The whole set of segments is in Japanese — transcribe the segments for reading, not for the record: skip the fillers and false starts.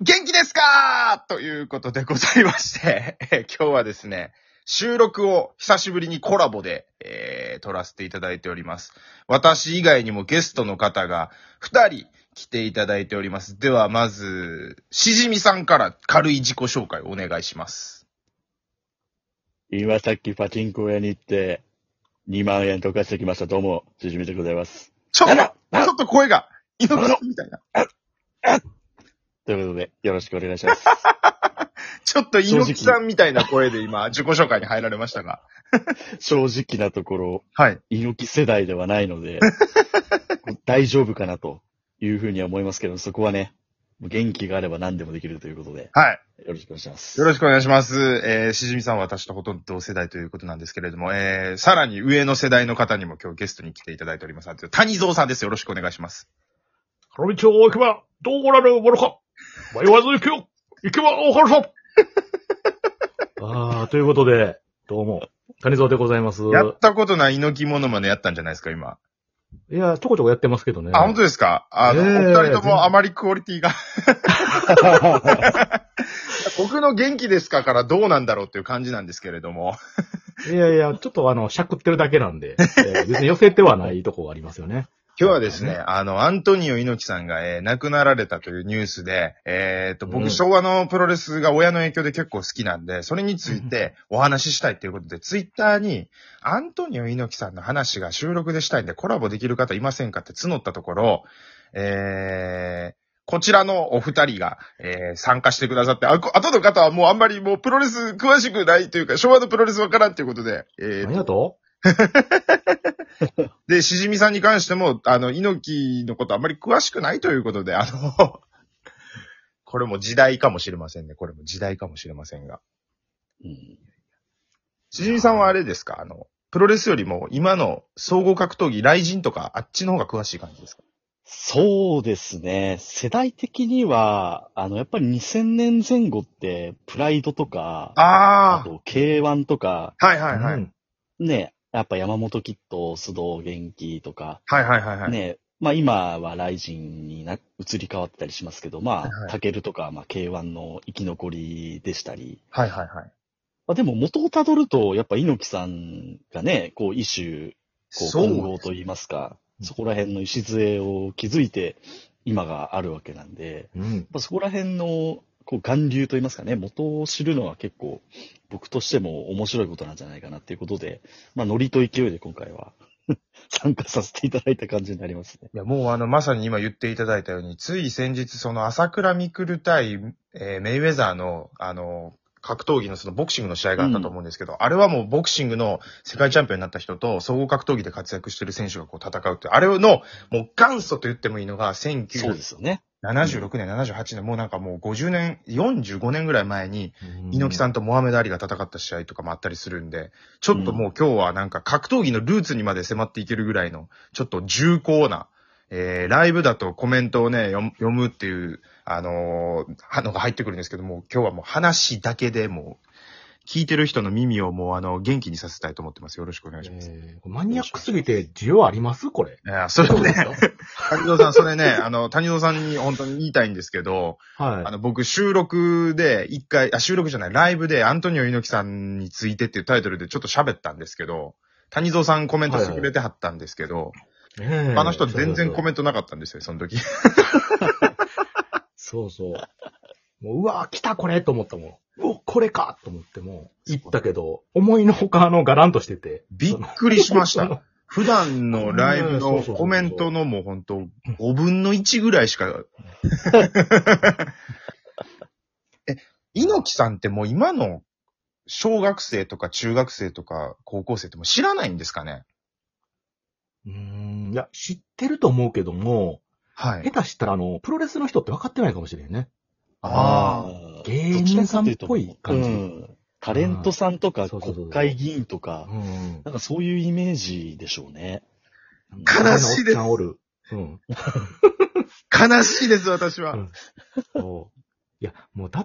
元気ですかということでございまして、今日はですね、収録を久しぶりにコラボで、撮らせていただいております。私以外にもゲストの方が2人来ていただいております。ではまず、しじみさんから軽い自己紹介をお願いします。 今さっきパチンコ屋に行って2万円溶かしてきました。どうも、しじみでございます。 ちょっと声が、猪木さんみたいな。 ということで、よろしくお願いします。 ちょっと猪木さんみたいな声で今、自己紹介に入られましたが。 正直なところ、 はい。 猪木世代ではないので、大丈夫かなというふうには思いますけど、そこはね、元気があれば何でもできるということで、 はい。 よろしくお願いします。 よろしくお願いします。しじみさんは私とほとんど同世代ということなんですけれども、さらに上の世代の方にも今日ゲストに来ていただいております。谷蔵さんです。よろしくお願いします。 こんにちは、行けば、どうなるものか。迷わず行くよ。行けば、おはるさん。ということで、どうも、谷蔵でございます。 やったことない猪木モノマネやったんじゃないですか、今。 いや、ちょこちょこやってますけどね。 本当ですか？お二人ともあまりクオリティが。僕の元気ですかからどうなんだろうっていう感じなんですけれども。 いや、ちょっとしゃくってるだけなんで、別に寄せてはないとこがありますよね。 今日はですね、アントニオ猪木さんが、亡くなられたというニュースで、僕、昭和のプロレスが親の影響で結構好きなんで、それについてお話ししたいということで、ツイッターに、アントニオ猪木さんの話が収録でしたいんで、コラボできる方いませんかって募ったところ、こちらのお二人が、参加してくださって、後の方はもうあんまりもうプロレス詳しくないというか、昭和のプロレスわからんということで、 ありがとで、しじみさんに関しても、猪木のことあんまり詳しくないということで、これも時代かもしれませんね。これも時代かもしれませんが。しじみさんはあれですか？プロレスよりも今の総合格闘技、ライジンとか、あっちの方が詳しい感じですか？ そうですね。世代的には、やっぱり2000年前後って、プライドとか、あと K1 とか、 はいはいはい。 ね、やっぱ山本キッド、須藤元気とか、 はいはいはいはい。 ね、まあ今はライジンに移り変わってたりしますけど、まあ、 はいはいタケルとか、まあ K1 の生き残りでしたり、 はいはいはい。 まあ、でも元をたどると、やっぱ猪木さんがね、こう一種、混合といいますか、そこら辺の礎を築いて、今があるわけなんで、そこら辺の、源流といいますかね、元を知るのは結構、僕としても面白いことなんじゃないかなっていうことで、まあ、ノリと勢いで今回は参加させていただいた感じになりますね。 いや、もうまさに今言っていただいたように、つい先日、朝倉未来対、メイウェザーの、格闘技のボクシングの試合があったと思うんですけど、あれはもうボクシングの世界チャンピオンになった人と総合格闘技で活躍してる選手が戦うって、あれのもう元祖と言ってもいいのがそうですよね。 1976年、78年、もうなんかもう50年、45年ぐらい前に、猪木さんとモハメド・アリが戦った試合とかもあったりするんで、ちょっともう今日はなんか格闘技のルーツにまで迫っていけるぐらいの、ちょっと重厚な、ライブだとコメントをね、読むっていう、のが入ってくるんですけども、今日はもう話だけでもう、聞いてる人の耳をもう元気にさせたいと思ってます。よろしくお願いします。 マニアックすぎて需要ありますこれ。 いや、それね、谷蔵さん、それね、谷蔵さんに本当に言いたいんですけど、 はい。 僕収録で収録じゃない、ライブでアントニオ猪木さんについてっていうタイトルでちょっと喋ったんですけど、谷蔵さんコメントしてくれてはったんですけど、他の人全然コメントなかったんですよ、その時。 そうそう。もう、うわー来たこれと思ったもん。これかと思っても、言ったけど、思いのほかガランとしてて。 びっくりしました。普段のライブのコメントのもうほんと5分の1ぐらいしか。猪木さんってもう今の小学生とか中学生とか高校生ってもう知らないんですかね？ いや、知ってると思うけども、 はい。 下手したらプロレスの人って分かってないかもしれんね。芸人人さんっぽい感じ。 タレントさんとか国会議員とか、なんかそういうイメージでしょうね。 悲しいです。悲しいです、私は。 いや、もうだって、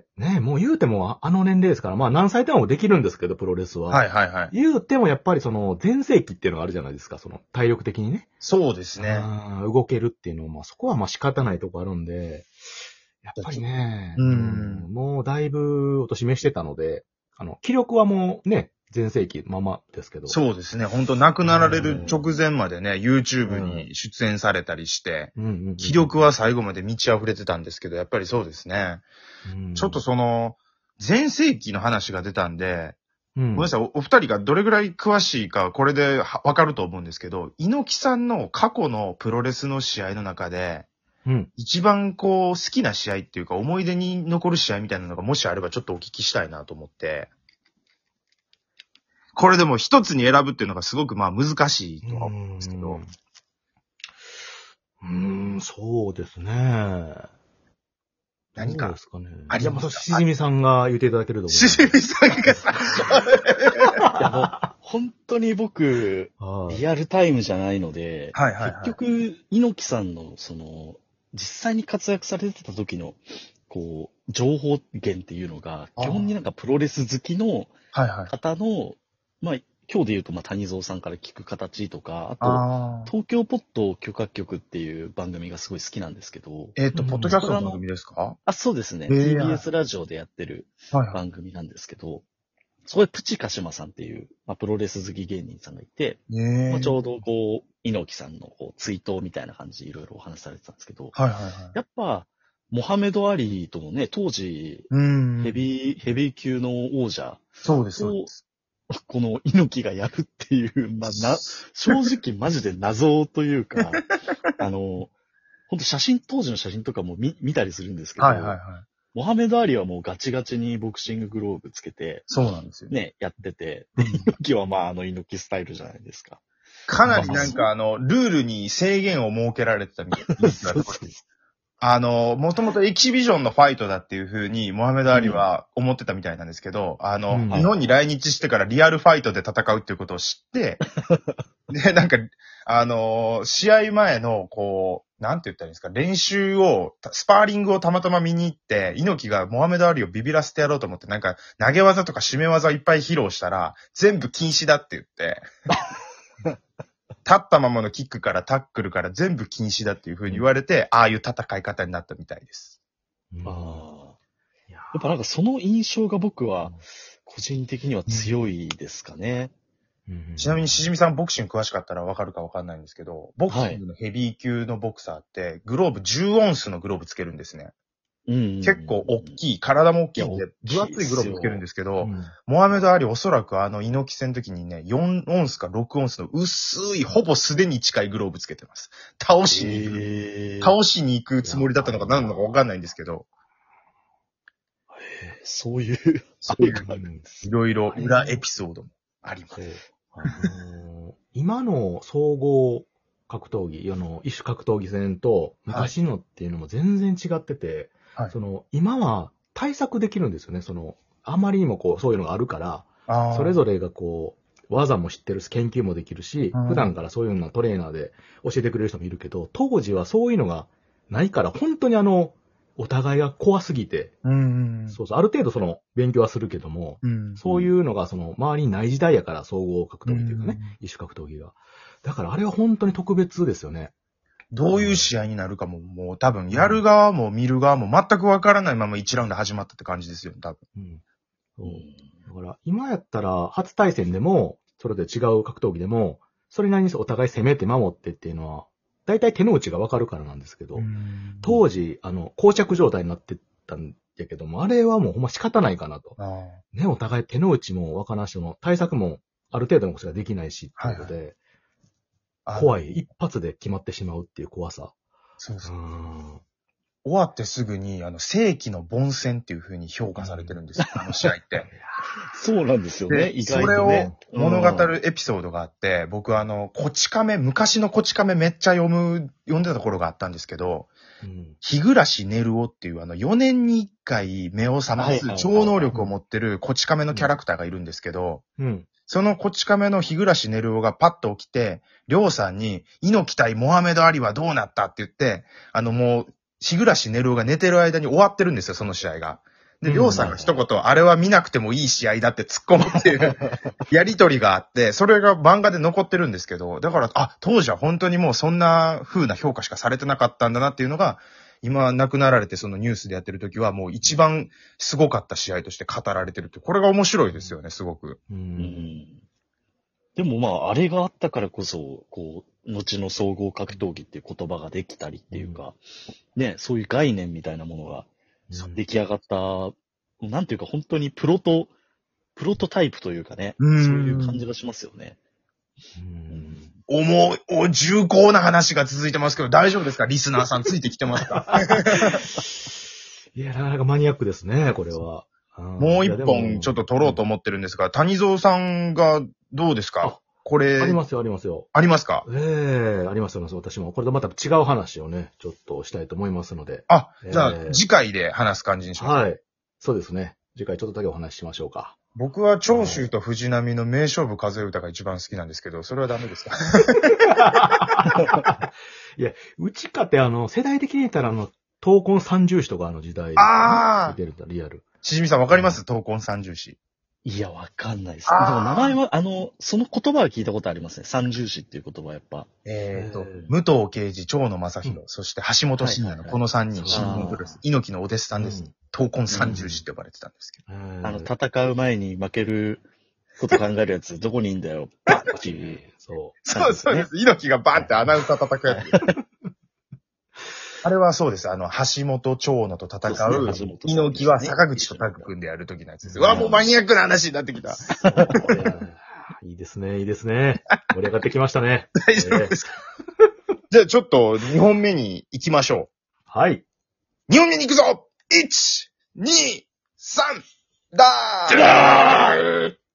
ね、もう言うてもあの年齢ですから、まあ何歳でもできるんですけど、プロレスは。 はいはいはい。 言うてもやっぱり全盛期っていうのがあるじゃないですか、体力的にね。 そうですね。 動けるっていうのも、まあそこはまあ仕方ないとこあるんで、 やっぱりね、 うんもうだいぶお年めしてたので、気力はもうね、全盛期ままですけど。 そうですね。本当亡くなられる直前までね、YouTube に出演されたりして、気力は最後まで満ち溢れてたんですけど、やっぱりそうですね。ちょっとその、全盛期の話が出たんで、ごめんなさい、お二人がどれぐらい詳しいか、これでわかると思うんですけど、猪木さんの過去のプロレスの試合の中で、一番こう好きな試合っていうか思い出に残る試合みたいなのがもしあればちょっとお聞きしたいなと思って。これでも一つに選ぶっていうのがすごくまあ難しいとは思うんですけど。 そうですね。 何かですかね。 ありますか？ しじみさんが言っていただけると思う。 しじみさんがさ、 いやもう、本当に僕、リアルタイムじゃないので、結局、猪木さんの、実際に活躍されてた時の、こう、情報源っていうのが、基本になんかプロレス好きの方の、まあ、今日で言うと、まあ、谷蔵さんから聞く形とか、あと、東京ポッド許可局っていう番組がすごい好きなんですけど。 ポッドキャストの番組ですか？ そうですね。TBS ラジオでやってる番組なんですけど、そこでプチカシマさんっていう、まあ、プロレス好き芸人さんがいて、まあ、ちょうどこう、猪木さんのこう追悼みたいな感じでいろいろお話しされてたんですけど、やっぱ、モハメド・アリーともね、当時、ヘビー級の王者そうです。 この猪木がやるっていう、まあ、正直マジで謎というか、本当当時の写真とかも見たりするんですけど、モハメド・アリはもうガチガチにボクシンググローブつけて、 そうなんですよね、やってて、猪木はまあ猪木スタイルじゃないですか。 かなりなんかルールに制限を設けられてたみたいな。もともとエキシビジョンのファイトだっていう風に、モハメド・アリは思ってたみたいなんですけど、日本に来日してからリアルファイトで戦うっていうことを知って、で、なんか、試合前の、こう、なんて言ったらいいんですか、練習を、スパーリングをたまたま見に行って、猪木がモハメド・アリをビビらせてやろうと思って、なんか、投げ技とか締め技をいっぱい披露したら、全部禁止だって言って、立ったままのキックからタックルから全部禁止だっていう風に言われて、ああいう戦い方になったみたいです。 やっぱなんかその印象が僕は、個人的には強いですかね。 ちなみにしじみさんボクシング詳しかったらわかるかわかんないんですけど、ボクシングのヘビー級のボクサーって、グローブ10オンスのグローブつけるんですね。結構大きい、体も大きいんで、分厚いグローブつけるんですけど、モハメド・アリおそらく猪木戦の時にね、4オンスか6オンスの薄い、ほぼ素手に近いグローブつけてます。倒しに行くつもりだったのか何なのかわかんないんですけど。 そういう、 いろいろ裏エピソードもあります。 今の総合格闘技、異種格闘技戦と昔のっていうのも全然違ってて、今は対策できるんですよね。あまりにもこう、そういうのがあるから、それぞれがこう、技も知ってるし、研究もできるし、普段からそういうようなトレーナーで教えてくれる人もいるけど、当時はそういうのがないから、本当にお互いが怖すぎて、ある程度勉強はするけども、そういうのが周りにない時代やから、総合格闘技というかね、異種格闘技が。だからあれは本当に特別ですよね。 どういう試合になるかも、もう多分、やる側も見る側も全くわからないまま1ラウンド始まったって感じですよね、多分。 だから、今やったら、初対戦でも、それで違う格闘技でも、それなりにお互い攻めて守ってっていうのは、大体手の内がわかるからなんですけど、当時、膠着状態になってたんやけども、あれはもうほんま仕方ないかなと。ね、お互い手の内もわからんし、対策もある程度のことができないし、っていうことで、怖い。一発で決まってしまうっていう怖さ。 そうそう。終わってすぐに、世紀の凡戦っていう風に評価されてるんですよ、あの試合って。 そうなんですよね、意外とね。 それを物語るエピソードがあって、僕こち亀、昔のこち亀めっちゃ読んでた頃があったんですけど、日暮寝るおっていう4年に1回目を覚ます超能力を持ってるこち亀のキャラクターがいるんですけど、そのこち亀の日暮寝るおがパッと起きて、りょうさんに、猪木対モハメド・アリはどうなったって言って、もう、日暮寝るおが寝てる間に終わってるんですよ、その試合が。で、りょうさんが一言、あれは見なくてもいい試合だって突っ込むっていうやりとりがあって、それが漫画で残ってるんですけど、だから、当時は本当にもうそんな風な評価しかされてなかったんだなっていうのが、 今亡くなられてそのニュースでやってる時はもう一番すごかった試合として語られてるって、これが面白いですよね、すごく。 でもまあ、あれがあったからこそ、こう、後の総合格闘技っていう言葉ができたりっていうか、ね、そういう概念みたいなものが出来上がった、なんていうか本当にプロトタイプというかね、そういう感じがしますよね。 重厚な話が続いてますけど、大丈夫ですか？リスナーさんついてきてますか？ いや、なかなかマニアックですね、これは。 もう一本ちょっと撮ろうと思ってるんですが、谷蔵さんがどうですか？これ。 ありますよ、ありますよ。 ありますか？ ありますよ、私も。これとまた違う話をね、ちょっとしたいと思いますので。 じゃあ、次回で話す感じにします。 はい。そうですね。次回ちょっとだけお話ししましょうか。 僕は長州と藤波の名勝負数え歌が一番好きなんですけど、それはダメですか？ いや、うちかって世代的に言ったら闘魂三重士とか時代。見てるとリアル。 しじみさんわかります？闘魂三重士。 いや、わかんないです。でも名前は、その言葉は聞いたことありますね。三重士っていう言葉はやっぱ。 武藤敬司、長野正弘、そして橋本真也のこの3人、新日本プロレス、猪木のお弟子さんです。闘魂三重士って呼ばれてたんですけど。 戦う前に負けること考えるやつ、どこにいんだよ、バッっていう。 そうです。猪木がバーってアナウンサー叩くやつ。あれはそうです。橋本長野と戦う、猪木は坂口とタッグ組んでやる時のやつです。うわ、もうマニアックな話になってきた。 いいですね、いいですね。盛り上がってきましたね。 大丈夫ですか？じゃあちょっと2本目に行きましょう。 はい。 2本目に行くぞ！ 1、2、3、だー